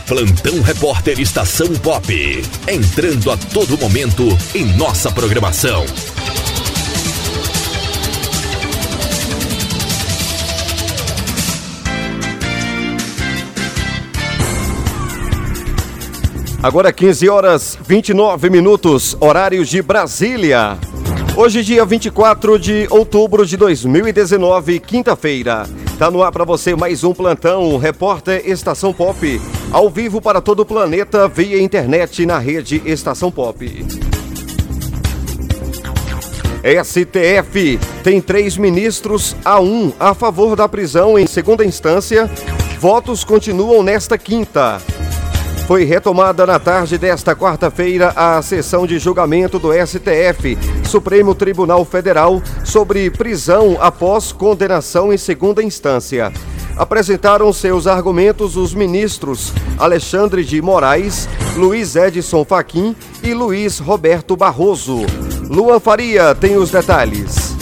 Plantão Repórter Estação Pop. Entrando a todo momento em nossa programação. Agora 15 horas 29 minutos, horário de Brasília. Hoje, dia 24 de outubro de 2019, quinta-feira. Tá no ar para você mais um Plantão Repórter Estação Pop, ao vivo para todo o planeta via internet na rede Estação Pop. STF tem 3 ministros a 1 a favor da prisão em segunda instância. Votos continuam nesta quinta. Foi retomada na tarde desta quarta-feira a sessão de julgamento do STF, Supremo Tribunal Federal, sobre prisão após condenação em segunda instância. Apresentaram seus argumentos os ministros Alexandre de Moraes, Luiz Edson Fachin e Luiz Roberto Barroso. Luan Faria tem os detalhes.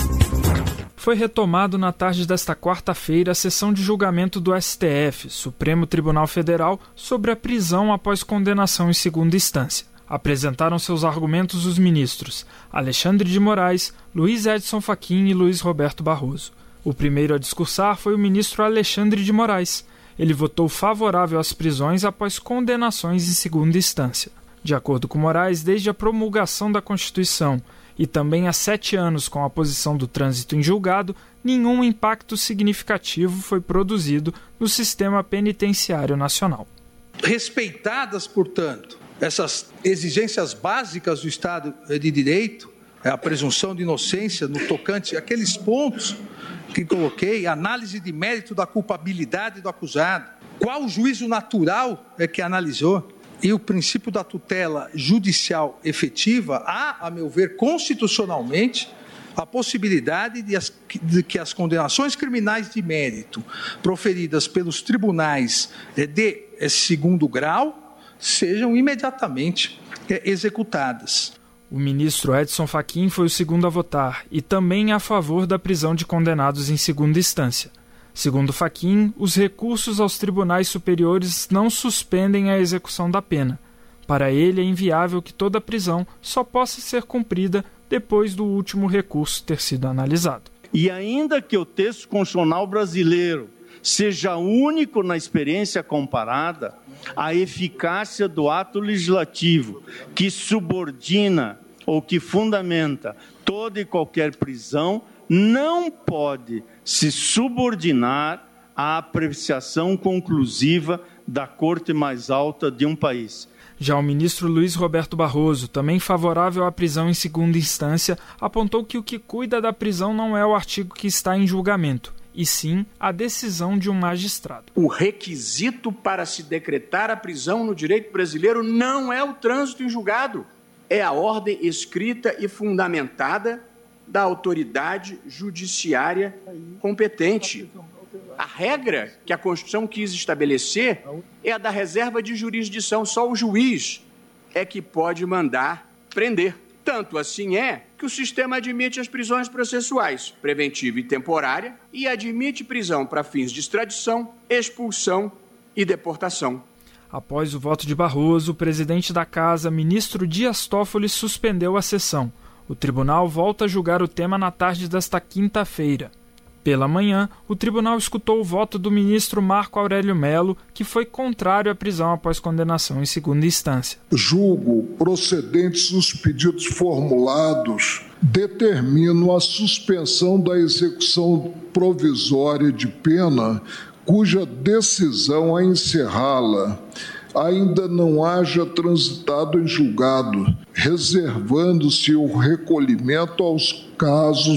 Foi retomado na tarde desta quarta-feira a sessão de julgamento do STF, Supremo Tribunal Federal, sobre a prisão após condenação em segunda instância. Apresentaram seus argumentos os ministros Alexandre de Moraes, Luiz Edson Fachin e Luiz Roberto Barroso. O primeiro a discursar foi o ministro Alexandre de Moraes. Ele votou favorável às prisões após condenações em segunda instância. De acordo com Moraes, desde a promulgação da Constituição e também há 7 anos com a posição do trânsito em julgado, nenhum impacto significativo foi produzido no sistema penitenciário nacional. Respeitadas, portanto, essas exigências básicas do Estado de Direito, a presunção de inocência no tocante àqueles pontos que coloquei, análise de mérito da culpabilidade do acusado, qual o juízo natural que analisou, e o princípio da tutela judicial efetiva, há, a meu ver, constitucionalmente, a possibilidade de que as condenações criminais de mérito proferidas pelos tribunais de segundo grau sejam imediatamente executadas. O ministro Edson Fachin foi o segundo a votar e também a favor da prisão de condenados em segunda instância. Segundo Fachin, os recursos aos tribunais superiores não suspendem a execução da pena. Para ele, é inviável que toda prisão só possa ser cumprida depois do último recurso ter sido analisado. E ainda que o texto constitucional brasileiro seja único na experiência comparada, a eficácia do ato legislativo que subordina ou que fundamenta toda e qualquer prisão não pode se subordinar à apreciação conclusiva da Corte mais alta de um país. Já o ministro Luiz Roberto Barroso, também favorável à prisão em segunda instância, apontou que o que cuida da prisão não é o artigo que está em julgamento, e sim a decisão de um magistrado. O requisito para se decretar a prisão no direito brasileiro não é o trânsito em julgado, é a ordem escrita e fundamentada da autoridade judiciária competente. A regra que a Constituição quis estabelecer é a da reserva de jurisdição. Só o juiz é que pode mandar prender. Tanto assim é que o sistema admite as prisões processuais, preventiva e temporária, e admite prisão para fins de extradição, expulsão e deportação. Após o voto de Barroso, o presidente da Casa, ministro Dias Toffoli, suspendeu a sessão. O tribunal volta a julgar o tema na tarde desta quinta-feira. Pela manhã, o tribunal escutou o voto do ministro Marco Aurélio Mello, que foi contrário à prisão após condenação em segunda instância. Julgo procedentes os pedidos formulados, determino a suspensão da execução provisória de pena, cuja decisão a encerrá-la ainda não haja transitado em julgado, reservando-se o recolhimento aos casos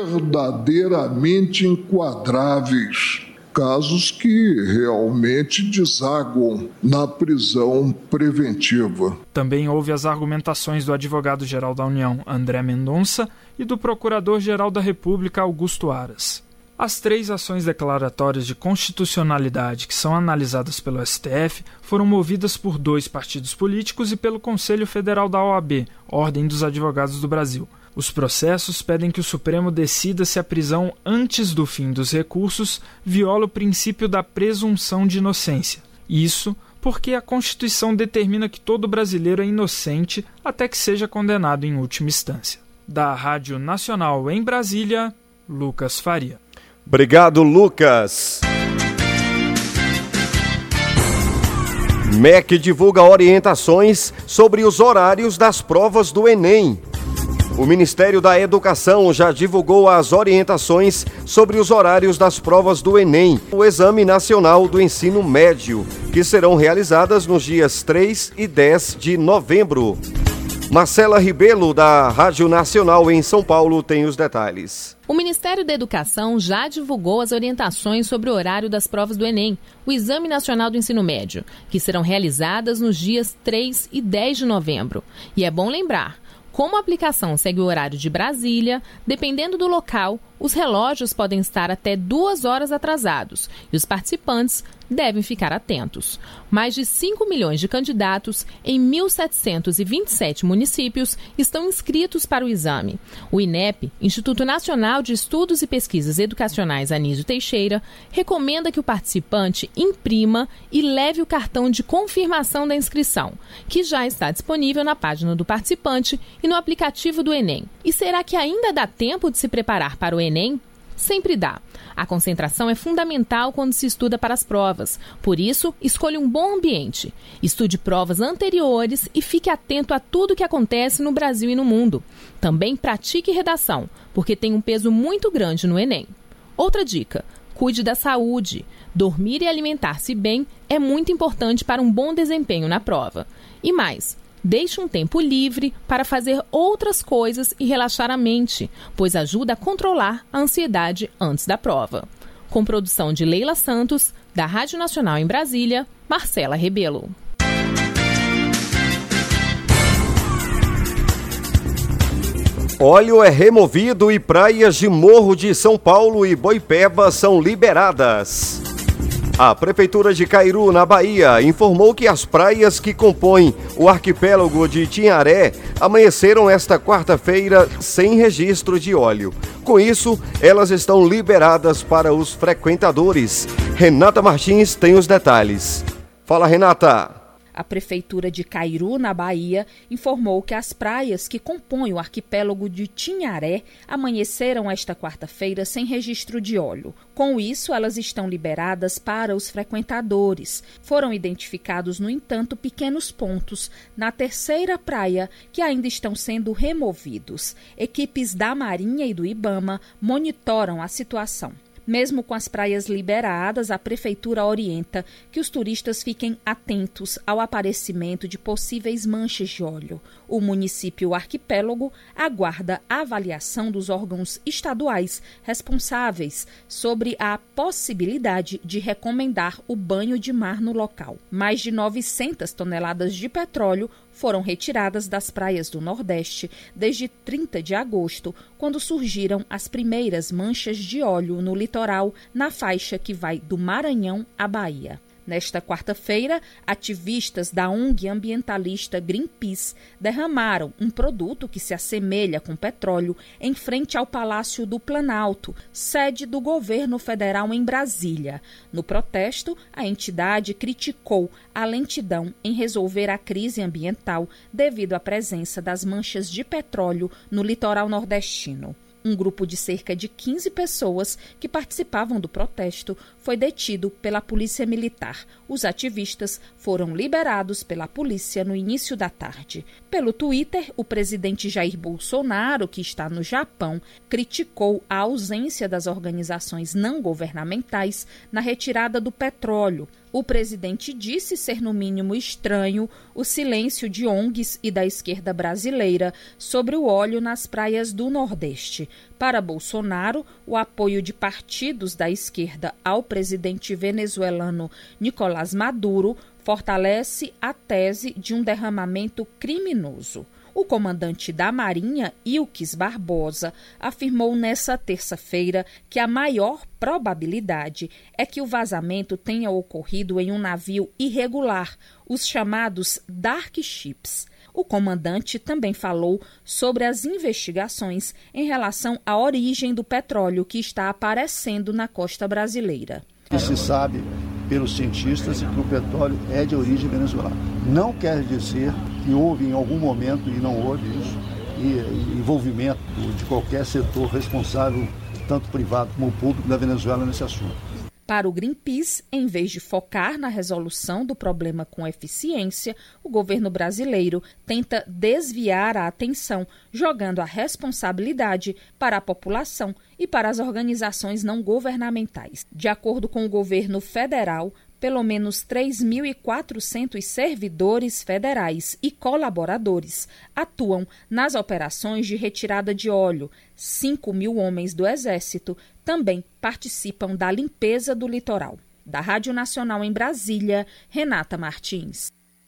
verdadeiramente enquadráveis, casos que realmente desaguam na prisão preventiva. Também houve as argumentações do advogado-geral da União, André Mendonça, e do procurador-geral da República, Augusto Aras. As 3 ações declaratórias de constitucionalidade que são analisadas pelo STF foram movidas por 2 partidos políticos e pelo Conselho Federal da OAB, Ordem dos Advogados do Brasil. Os processos pedem que o Supremo decida se a prisão antes do fim dos recursos viola o princípio da presunção de inocência. Isso porque a Constituição determina que todo brasileiro é inocente até que seja condenado em última instância. Da Rádio Nacional em Brasília, Lucas Faria. Obrigado, Lucas. MEC divulga orientações sobre os horários das provas do Enem. O Ministério da Educação já divulgou as orientações sobre os horários das provas do Enem, o Exame Nacional do Ensino Médio, que serão realizadas nos dias 3 e 10 de novembro. Marcela Rebelo, da Rádio Nacional em São Paulo, tem os detalhes. O Ministério da Educação já divulgou as orientações sobre o horário das provas do Enem, o Exame Nacional do Ensino Médio, que serão realizadas nos dias 3 e 10 de novembro. E é bom lembrar, como a aplicação segue o horário de Brasília, dependendo do local, os relógios podem estar até 2 horas atrasados e os participantes devem ficar atentos. Mais de 5 milhões de candidatos em 1.727 municípios estão inscritos para o exame. O INEP, Instituto Nacional de Estudos e Pesquisas Educacionais Anísio Teixeira, recomenda que o participante imprima e leve o cartão de confirmação da inscrição, que já está disponível na página do participante e no aplicativo do Enem. E será que ainda dá tempo de se preparar para o Enem? Sempre dá. A concentração é fundamental quando se estuda para as provas. Por isso, escolha um bom ambiente. Estude provas anteriores e fique atento a tudo que acontece no Brasil e no mundo. Também pratique redação, porque tem um peso muito grande no Enem. Outra dica: cuide da saúde. Dormir e alimentar-se bem é muito importante para um bom desempenho na prova. E mais, deixe um tempo livre para fazer outras coisas e relaxar a mente, pois ajuda a controlar a ansiedade antes da prova. Com produção de Leila Santos, da Rádio Nacional em Brasília, Marcela Rebelo. Óleo é removido e praias de Morro de São Paulo e Boipeba são liberadas. A Prefeitura de Cairu, na Bahia, informou que as praias que compõem o arquipélago de Tinharé amanheceram esta quarta-feira sem registro de óleo. Com isso, elas estão liberadas para os frequentadores. Renata Martins tem os detalhes. Fala, Renata. A Prefeitura de Cairu, na Bahia, informou que as praias que compõem o arquipélago de Tinharé amanheceram esta quarta-feira sem registro de óleo. Com isso, elas estão liberadas para os frequentadores. Foram identificados, no entanto, pequenos pontos na terceira praia que ainda estão sendo removidos. Equipes da Marinha e do IBAMA monitoram a situação. Mesmo com as praias liberadas, a Prefeitura orienta que os turistas fiquem atentos ao aparecimento de possíveis manchas de óleo. O município arquipélago aguarda a avaliação dos órgãos estaduais responsáveis sobre a possibilidade de recomendar o banho de mar no local. Mais de 900 toneladas de petróleo foram retiradas das praias do Nordeste desde 30 de agosto, quando surgiram as primeiras manchas de óleo no litoral, na faixa que vai do Maranhão à Bahia. Nesta quarta-feira, ativistas da ONG ambientalista Greenpeace derramaram um produto que se assemelha com petróleo em frente ao Palácio do Planalto, sede do governo federal em Brasília. No protesto, a entidade criticou a lentidão em resolver a crise ambiental devido à presença das manchas de petróleo no litoral nordestino. Um grupo de cerca de 15 pessoas que participavam do protesto foi detido pela Polícia Militar. Os ativistas foram liberados pela polícia no início da tarde. Pelo Twitter, o presidente Jair Bolsonaro, que está no Japão, criticou a ausência das organizações não governamentais na retirada do petróleo. O presidente disse ser, no mínimo, estranho o silêncio de ONGs e da esquerda brasileira sobre o óleo nas praias do Nordeste. Para Bolsonaro, o apoio de partidos da esquerda ao presidente venezuelano Nicolás Maduro fortalece a tese de um derramamento criminoso. O comandante da Marinha, Ilques Barbosa, afirmou nessa terça-feira que a maior probabilidade é que o vazamento tenha ocorrido em um navio irregular, os chamados dark ships. O comandante também falou sobre as investigações em relação à origem do petróleo que está aparecendo na costa brasileira. O que se sabe pelos cientistas e que o petróleo é de origem venezuelana. Não quer dizer que houve em algum momento, e não houve isso, envolvimento de qualquer setor responsável, tanto privado como público, da Venezuela nesse assunto. Para o Greenpeace, em vez de focar na resolução do problema com eficiência, o governo brasileiro tenta desviar a atenção, jogando a responsabilidade para a população e para as organizações não governamentais. De acordo com o governo federal, pelo menos 3.400 servidores federais e colaboradores atuam nas operações de retirada de óleo. 5.000 homens do Exército também participam da limpeza do litoral. Da Rádio Nacional em Brasília, Renata Martins.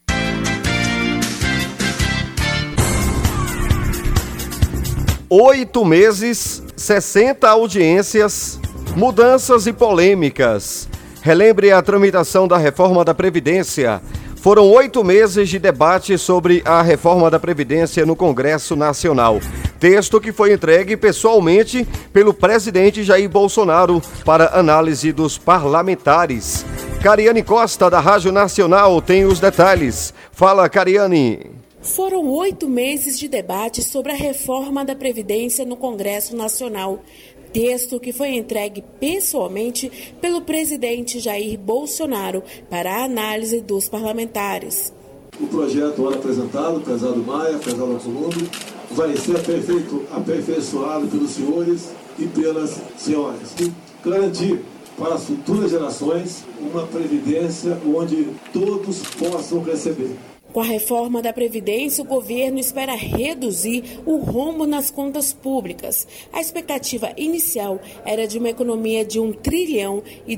Oito meses, 60 audiências, mudanças e polêmicas. Relembre a tramitação da reforma da Previdência. Foram 8 meses de debate sobre a reforma da Previdência no Congresso Nacional. Texto que foi entregue pessoalmente pelo presidente Jair Bolsonaro para análise dos parlamentares. Cariane Costa, da Rádio Nacional, tem os detalhes. Fala, Cariane. Foram 8 meses de debate sobre a reforma da Previdência no Congresso Nacional. Texto que foi entregue pessoalmente pelo presidente Jair Bolsonaro para a análise dos parlamentares. O projeto apresentado, prezado Maia, prezado Alcolumbre, vai ser aperfeiçoado pelos senhores e pelas senhoras. E garantir para as futuras gerações uma previdência onde todos possam receber. Com a reforma da Previdência, o governo espera reduzir o rombo nas contas públicas. A expectativa inicial era de uma economia de 1,2 trilhão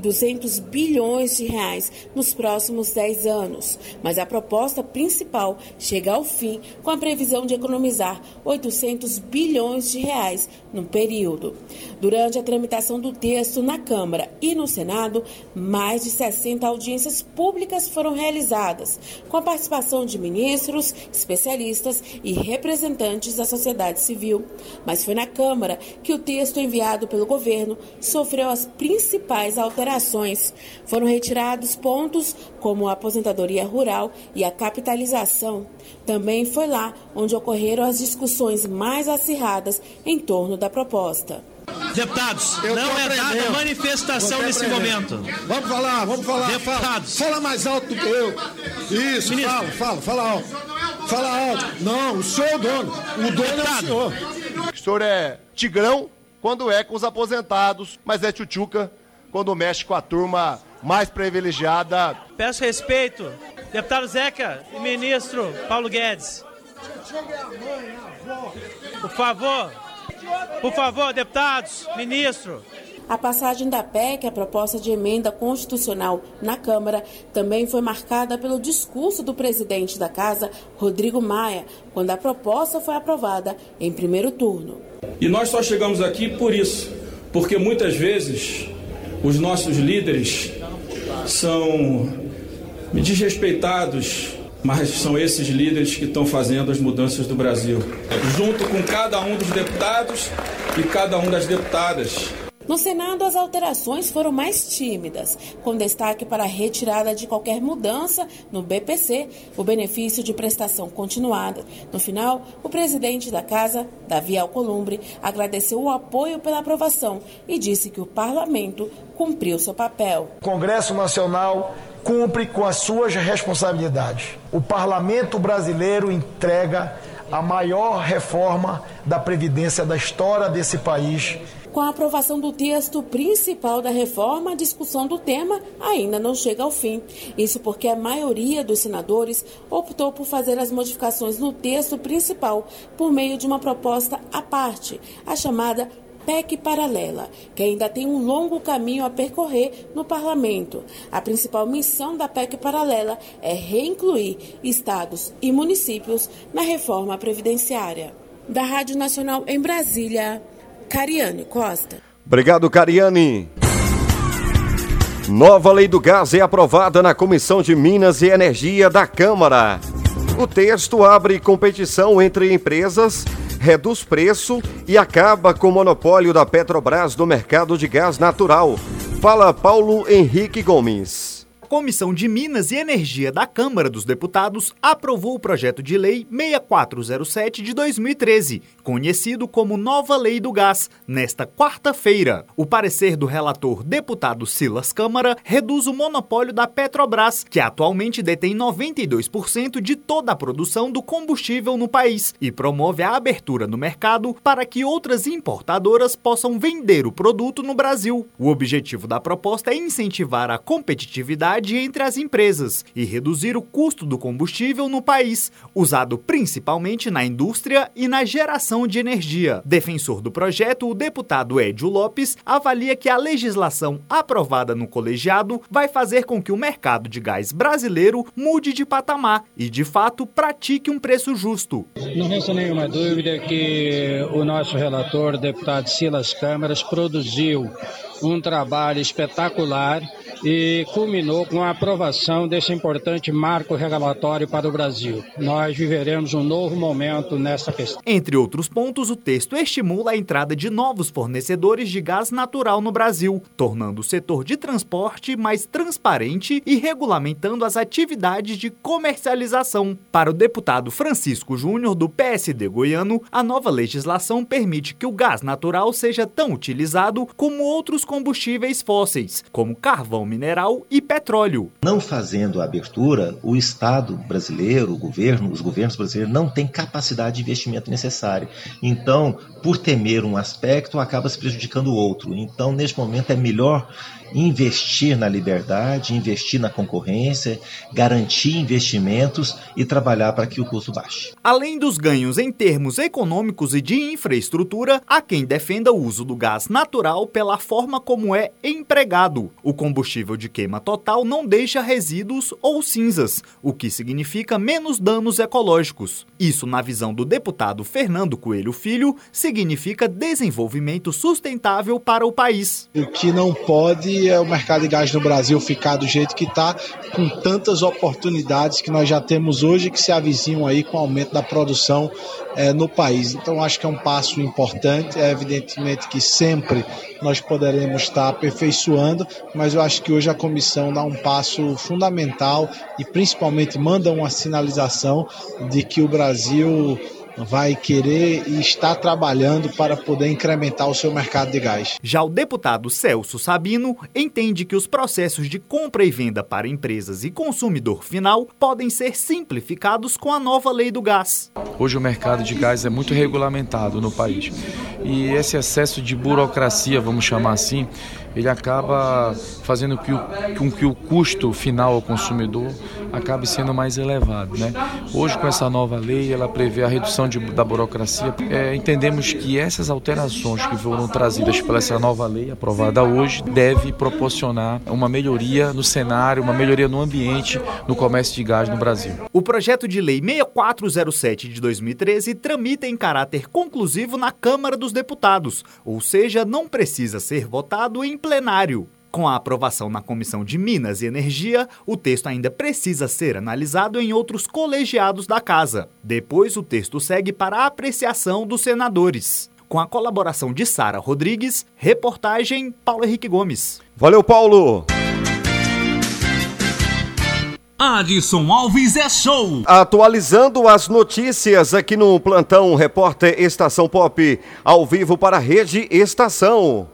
de reais nos próximos 10 anos. Mas a proposta principal chega ao fim com a previsão de economizar 800 bilhões de reais no período. Durante a tramitação do texto na Câmara e no Senado, mais de 60 audiências públicas foram realizadas, com a participação de ministros, especialistas e representantes da sociedade civil. Mas foi na Câmara que o texto enviado pelo governo sofreu as principais alterações. Foram retirados pontos como a aposentadoria rural e a capitalização. Também foi lá onde ocorreram as discussões mais acirradas em torno da proposta. Deputados, não é dada manifestação nesse momento. Vamos falar. Deputados. Fala mais alto do que eu. Isso, ministro. Fala alto. Fala alto. Não, o senhor é o dono. O dono é o senhor. O senhor é tigrão quando é com os aposentados, mas é tchutchuca quando mexe com a turma mais privilegiada. Peço respeito, deputado Zeca e ministro Paulo Guedes. Por favor, deputados, ministro. A passagem da PEC, a proposta de emenda constitucional na Câmara, também foi marcada pelo discurso do presidente da Casa, Rodrigo Maia, quando a proposta foi aprovada em primeiro turno. E nós só chegamos aqui por isso, porque muitas vezes os nossos líderes são desrespeitados, mas são esses líderes que estão fazendo as mudanças do Brasil, junto com cada um dos deputados e cada uma das deputadas. No Senado, as alterações foram mais tímidas, com destaque para a retirada de qualquer mudança no BPC, o benefício de prestação continuada. No final, o presidente da Casa, Davi Alcolumbre, agradeceu o apoio pela aprovação e disse que o parlamento cumpriu seu papel. O Congresso Nacional cumpre com as suas responsabilidades. O parlamento brasileiro entrega a maior reforma da Previdência da história desse país. Com a aprovação do texto principal da reforma, a discussão do tema ainda não chega ao fim. Isso porque a maioria dos senadores optou por fazer as modificações no texto principal por meio de uma proposta à parte, a chamada PEC paralela, que ainda tem um longo caminho a percorrer no parlamento. A principal missão da PEC paralela é reincluir estados e municípios na reforma previdenciária. Da Rádio Nacional em Brasília, Cariane Costa. Obrigado, Cariane. Nova lei do gás é aprovada na Comissão de Minas e Energia da Câmara. O texto abre competição entre empresas, reduz preço e acaba com o monopólio da Petrobras no mercado de gás natural. Fala Paulo Henrique Gomes. A Comissão de Minas e Energia da Câmara dos Deputados aprovou o projeto de lei 6407 de 2013, conhecido como Nova Lei do Gás, nesta quarta-feira. O parecer do relator deputado Silas Câmara reduz o monopólio da Petrobras, que atualmente detém 92% de toda a produção do combustível no país, e promove a abertura no mercado para que outras importadoras possam vender o produto no Brasil. O objetivo da proposta é incentivar a competitividade entre as empresas e reduzir o custo do combustível no país, usado principalmente na indústria e na geração de energia. Defensor do projeto, o deputado Edio Lopes avalia que a legislação aprovada no colegiado vai fazer com que o mercado de gás brasileiro mude de patamar e, de fato, pratique um preço justo. Não resta nenhuma dúvida que o nosso relator, o deputado Silas Câmaras, produziu um trabalho espetacular e culminou com a aprovação desse importante marco regulatório para o Brasil. Nós viveremos um novo momento nessa questão. Entre outros pontos, o texto estimula a entrada de novos fornecedores de gás natural no Brasil, tornando o setor de transporte mais transparente e regulamentando as atividades de comercialização. Para o deputado Francisco Júnior, do PSD goiano, a nova legislação permite que o gás natural seja tão utilizado como outros combustíveis fósseis, como carvão mineral e petróleo. Não fazendo a abertura, o Estado brasileiro, os governos brasileiros não têm capacidade de investimento necessária. Então, por temer um aspecto, acaba se prejudicando o outro. Então, neste momento, é melhor investir na liberdade, investir na concorrência, garantir investimentos e trabalhar para que o custo baixe. Além dos ganhos em termos econômicos e de infraestrutura, há quem defenda o uso do gás natural pela forma como é empregado. O combustível de queima total não deixa resíduos ou cinzas, o que significa menos danos ecológicos. Isso, na visão do deputado Fernando Coelho Filho, significa desenvolvimento sustentável para o país. O que não pode é o mercado de gás no Brasil ficar do jeito que está, com tantas oportunidades que nós já temos hoje que se avizinham aí com o aumento da produção no país. Então acho que é um passo importante, é evidentemente que sempre nós poderemos estar aperfeiçoando, mas eu acho que hoje a comissão dá um passo fundamental e principalmente manda uma sinalização de que o Brasil vai querer e está trabalhando para poder incrementar o seu mercado de gás. Já o deputado Celso Sabino entende que os processos de compra e venda para empresas e consumidor final podem ser simplificados com a nova lei do gás. Hoje o mercado de gás é muito regulamentado no país e esse excesso de burocracia, vamos chamar assim, ele acaba fazendo com que o custo final ao consumidor acabe sendo mais elevado, né? Hoje, com essa nova lei, ela prevê a redução da burocracia. Entendemos que essas alterações que foram trazidas pela essa nova lei, aprovada hoje, deve proporcionar uma melhoria no cenário, uma melhoria no ambiente, no comércio de gás no Brasil. O projeto de lei 6407 de 2013 tramita em caráter conclusivo na Câmara dos Deputados, ou seja, não precisa ser votado em plenário. Com a aprovação na Comissão de Minas e Energia, o texto ainda precisa ser analisado em outros colegiados da Casa. Depois, o texto segue para a apreciação dos senadores. Com a colaboração de Sara Rodrigues, reportagem Paulo Henrique Gomes. Valeu, Paulo! Adson Alves é show! Atualizando as notícias aqui no Plantão Repórter Estação Pop, ao vivo para a Rede Estação.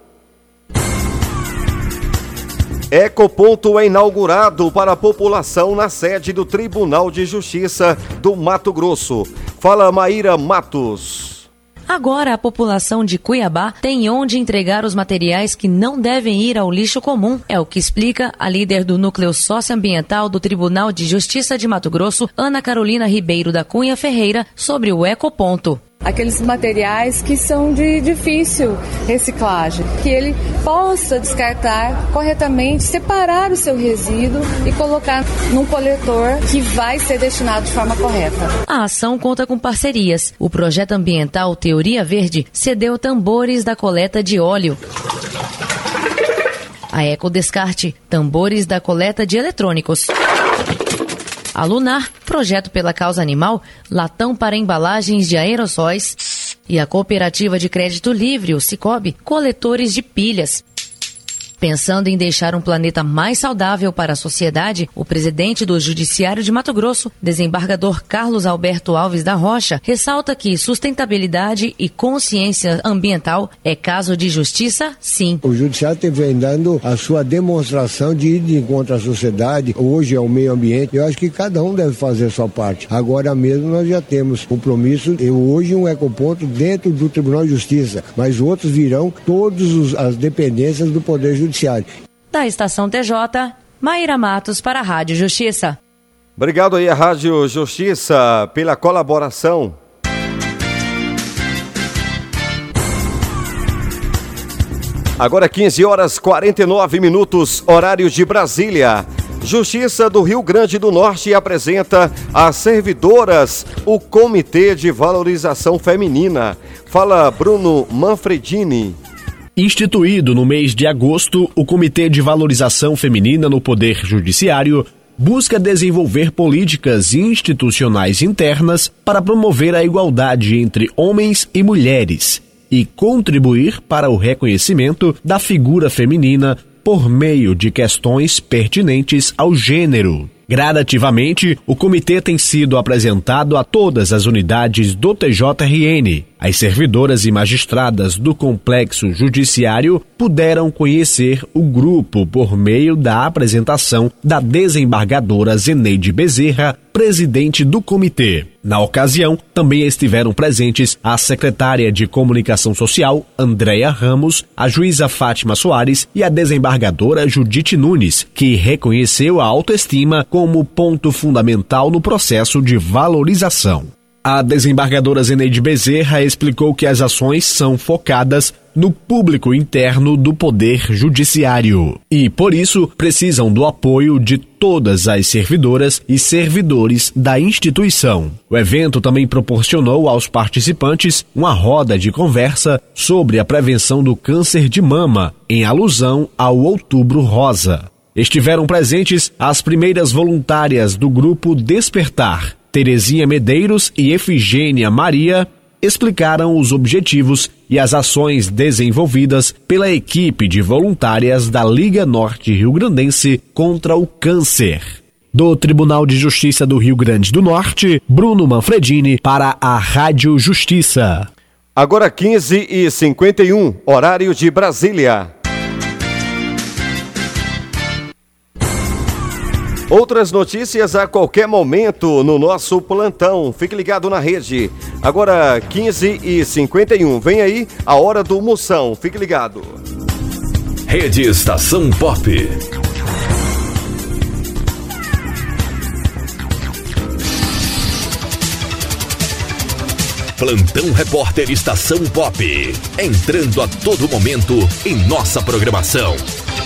Ecoponto é inaugurado para a população na sede do Tribunal de Justiça do Mato Grosso. Fala, Maíra Matos. Agora a população de Cuiabá tem onde entregar os materiais que não devem ir ao lixo comum. É o que explica a líder do Núcleo Socioambiental do Tribunal de Justiça de Mato Grosso, Ana Carolina Ribeiro da Cunha Ferreira, sobre o Ecoponto. Aqueles materiais que são de difícil reciclagem, que ele possa descartar corretamente, separar o seu resíduo e colocar num coletor que vai ser destinado de forma correta. A ação conta com parcerias. O projeto ambiental Teoria Verde cedeu tambores da coleta de óleo. A Ecodescarte, tambores da coleta de eletrônicos. A Lunar, projeto pela causa animal, latão para embalagens de aerossóis. E a Cooperativa de Crédito Livre, o Cicobi, coletores de pilhas. Pensando em deixar um planeta mais saudável para a sociedade, o presidente do Judiciário de Mato Grosso, desembargador Carlos Alberto Alves da Rocha, ressalta que sustentabilidade e consciência ambiental é caso de justiça, sim. O Judiciário vem dando a sua demonstração de ir de encontro à sociedade, hoje é o meio ambiente. Eu acho que cada um deve fazer a sua parte. Agora mesmo nós já temos compromisso, hoje um ecoponto dentro do Tribunal de Justiça, mas outros virão todas as dependências do Poder Judiciário. Da Estação TJ, Maíra Matos para a Rádio Justiça. Obrigado aí à Rádio Justiça pela colaboração. Agora 15 horas 49 minutos, horário de Brasília. Justiça do Rio Grande do Norte apresenta às servidoras o Comitê de Valorização Feminina. Fala Bruno Manfredini. Instituído no mês de agosto, o Comitê de Valorização Feminina no Poder Judiciário busca desenvolver políticas institucionais internas para promover a igualdade entre homens e mulheres e contribuir para o reconhecimento da figura feminina por meio de questões pertinentes ao gênero. Gradativamente, o comitê tem sido apresentado a todas as unidades do TJRN. As servidoras e magistradas do Complexo Judiciário puderam conhecer o grupo por meio da apresentação da desembargadora Zeneide Bezerra, presidente do comitê. Na ocasião, também estiveram presentes a secretária de Comunicação Social, Andréa Ramos, a juíza Fátima Soares e a desembargadora Judite Nunes, que reconheceu a autoestima como ponto fundamental no processo de valorização. A desembargadora Zeneide Bezerra explicou que as ações são focadas no público interno do Poder Judiciário e, por isso, precisam do apoio de todas as servidoras e servidores da instituição. O evento também proporcionou aos participantes uma roda de conversa sobre a prevenção do câncer de mama, em alusão ao Outubro Rosa. Estiveram presentes as primeiras voluntárias do grupo Despertar. Terezinha Medeiros e Efigênia Maria explicaram os objetivos e as ações desenvolvidas pela equipe de voluntárias da Liga Norte Rio-Grandense contra o Câncer. Do Tribunal de Justiça do Rio Grande do Norte, Bruno Manfredini para a Rádio Justiça. Agora 15h51, horário de Brasília. Outras notícias a qualquer momento no nosso plantão. Fique ligado na rede. Agora 15h51. Vem aí a hora do Moção. Fique ligado. Rede Estação Pop. Plantão Repórter Estação Pop. Entrando a todo momento em nossa programação.